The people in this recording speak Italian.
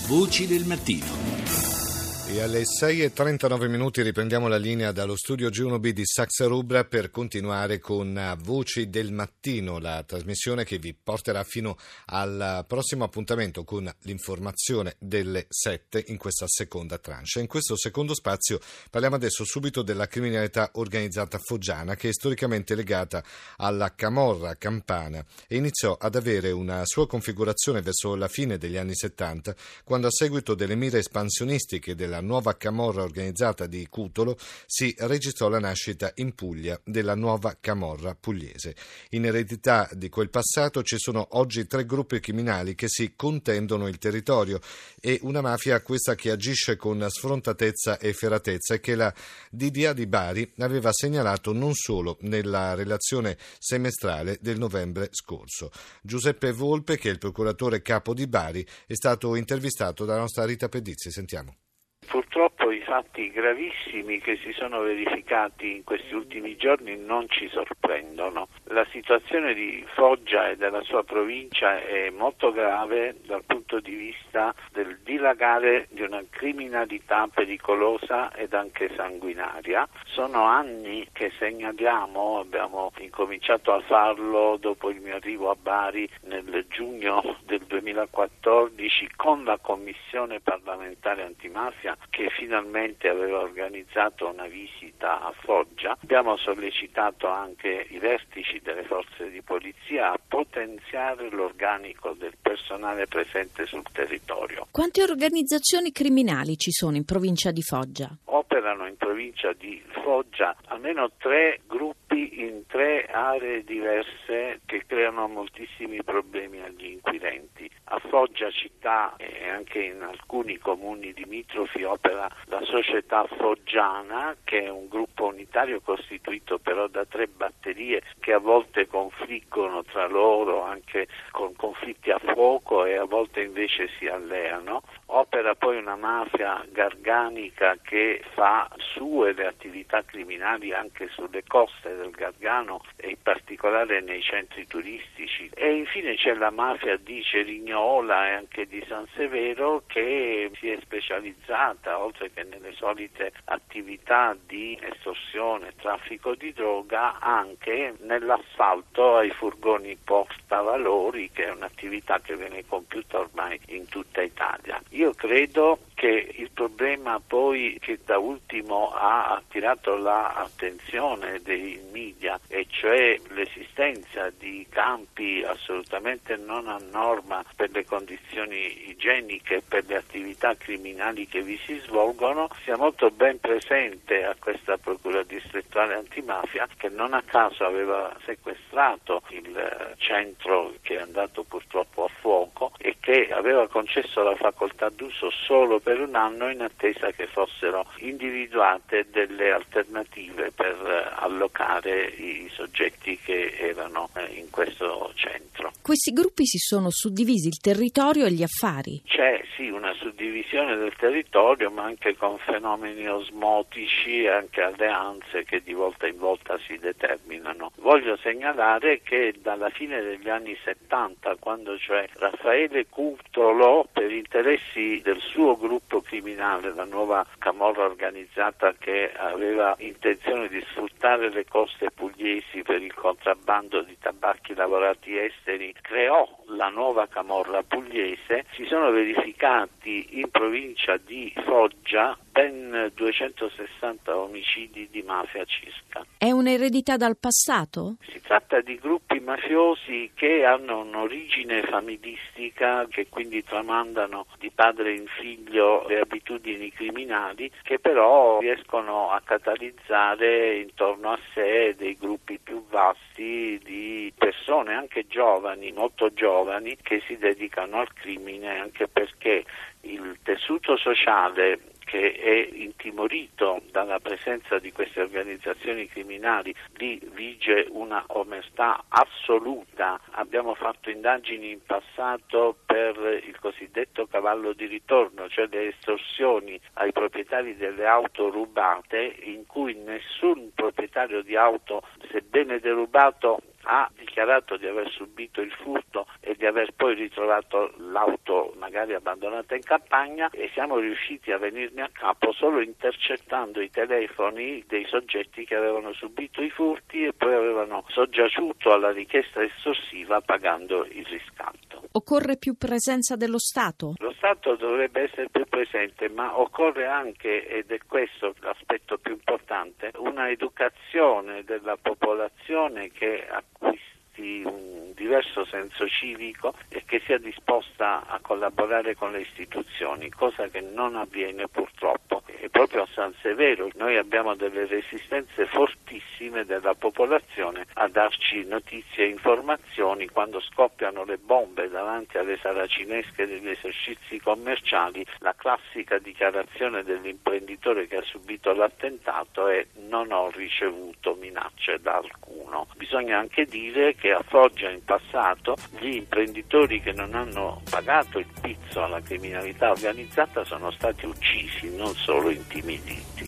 Voci del mattino. E alle 6:39 riprendiamo la linea dallo studio G1B di Saxa Rubra per continuare con Voci del Mattino, la trasmissione che vi porterà fino al prossimo appuntamento con l'informazione delle 7 in questa seconda tranche. In questo secondo spazio parliamo adesso subito della criminalità organizzata foggiana, che è storicamente legata alla camorra campana e iniziò ad avere una sua configurazione verso la fine degli anni 70, quando a seguito delle mire espansionistiche della nuova camorra organizzata di Cutolo si registrò la nascita in Puglia della nuova camorra pugliese. In eredità di quel passato ci sono oggi 3 gruppi criminali che si contendono il territorio e una mafia, questa che agisce con sfrontatezza e efferatezza, e che la DDA di Bari aveva segnalato non solo nella relazione semestrale del novembre scorso. Giuseppe Volpe, che è il procuratore capo di Bari, è stato intervistato dalla nostra Rita Pedizzi. Sentiamo. Purtroppo i fatti gravissimi che si sono verificati in questi ultimi giorni non ci sorprendono. La situazione di Foggia e della sua provincia è molto grave dal punto di vista del dilagare di una criminalità pericolosa ed anche sanguinaria. Sono anni che segnaliamo, abbiamo incominciato a farlo dopo il mio arrivo a Bari nel giugno del 2014 con la Commissione parlamentare antimafia, che finalmente aveva organizzato una visita a Foggia. Abbiamo sollecitato anche i vertici delle forze di polizia a potenziare l'organico del personale presente sul territorio. Quante organizzazioni criminali ci sono in provincia di Foggia? Operano in provincia di Foggia almeno 3 gruppi in 3 aree diverse che creano moltissimi problemi agli inquirenti. A Foggia città e anche in alcuni comuni limitrofi opera la società foggiana, che è un gruppo unitario costituito però da 3 batterie che a volte confliggono tra loro anche con conflitti a fuoco e a volte invece si alleano. Opera poi una mafia garganica che fa sue le attività criminali anche sulle coste del Gargano e in particolare nei centri turistici. E infine c'è la mafia di Cerignola e anche di San Severo, che si è specializzata, oltre che nelle solite attività di estorsione e traffico di droga, anche nell'assalto ai furgoni portavalori, che è un'attività che viene compiuta ormai in tutta Italia. Io credo che il problema poi che da ultimo ha attirato l'attenzione dei media, e cioè l'esistenza di campi assolutamente non a norma per le condizioni igieniche e per le attività criminali che vi si svolgono, sia molto ben presente a questa procura distrettuale antimafia, che non a caso aveva sequestrato il centro che è andato purtroppo a fuoco e che aveva concesso la facoltà d'uso solo per un anno in attesa che fossero individuate delle alternative per allocare i soggetti che erano in questo centro. Questi gruppi si sono suddivisi il territorio e gli affari? C'è sì una suddivisione del territorio, ma anche con fenomeni osmotici e anche alleanze che di volta in volta si determinano. Voglio segnalare che dalla fine degli anni 70, quando cioè Raffaele Cutolo, per interessi del suo gruppo criminale, la nuova camorra organizzata che aveva intenzione di sfruttare le coste pugliesi per il contrabbando di tabacchi lavorati esteri, creò la nuova camorra pugliese. Si sono verificati in provincia di Foggia ben 260 omicidi di mafia circa. È un'eredità dal passato? Si tratta di gruppi mafiosi che hanno un'origine familistica, che quindi tramandano di padre in figlio le abitudini criminali, che però riescono a catalizzare intorno a sé dei gruppi più vasti di persone, anche giovani, molto giovani, che si dedicano al crimine, anche perché il tessuto sociale che è intimorito dalla presenza di queste organizzazioni criminali, lì vige una omertà assoluta. Abbiamo fatto indagini in passato per il cosiddetto cavallo di ritorno, cioè le estorsioni ai proprietari delle auto rubate, in cui nessun proprietario di auto, sebbene derubato, ha dichiarato di aver subito il furto e di aver poi ritrovato l'auto magari abbandonata in campagna, e siamo riusciti a venirne a capo solo intercettando i telefoni dei soggetti che avevano subito i furti e poi avevano soggiaciuto alla richiesta estorsiva pagando il riscatto. Occorre più presenza dello Stato? Lo Stato dovrebbe essere più presente, ma occorre anche, ed è questo l'aspetto più importante, una educazione della popolazione che acquisti un diverso senso civico e che sia disposta a collaborare con le istituzioni, cosa che non avviene purtroppo. E proprio a San Severo noi abbiamo delle resistenze fortissime della popolazione a darci notizie e informazioni quando scoppiano le bombe davanti alle saracinesche degli esercizi commerciali. La classica dichiarazione dell'imprenditore che ha subito l'attentato è: non ho ricevuto minacce da alcuno. Bisogna anche dire che a Foggia in passato gli imprenditori che non hanno pagato il pizzo alla criminalità organizzata sono stati uccisi, non solo intimiditi.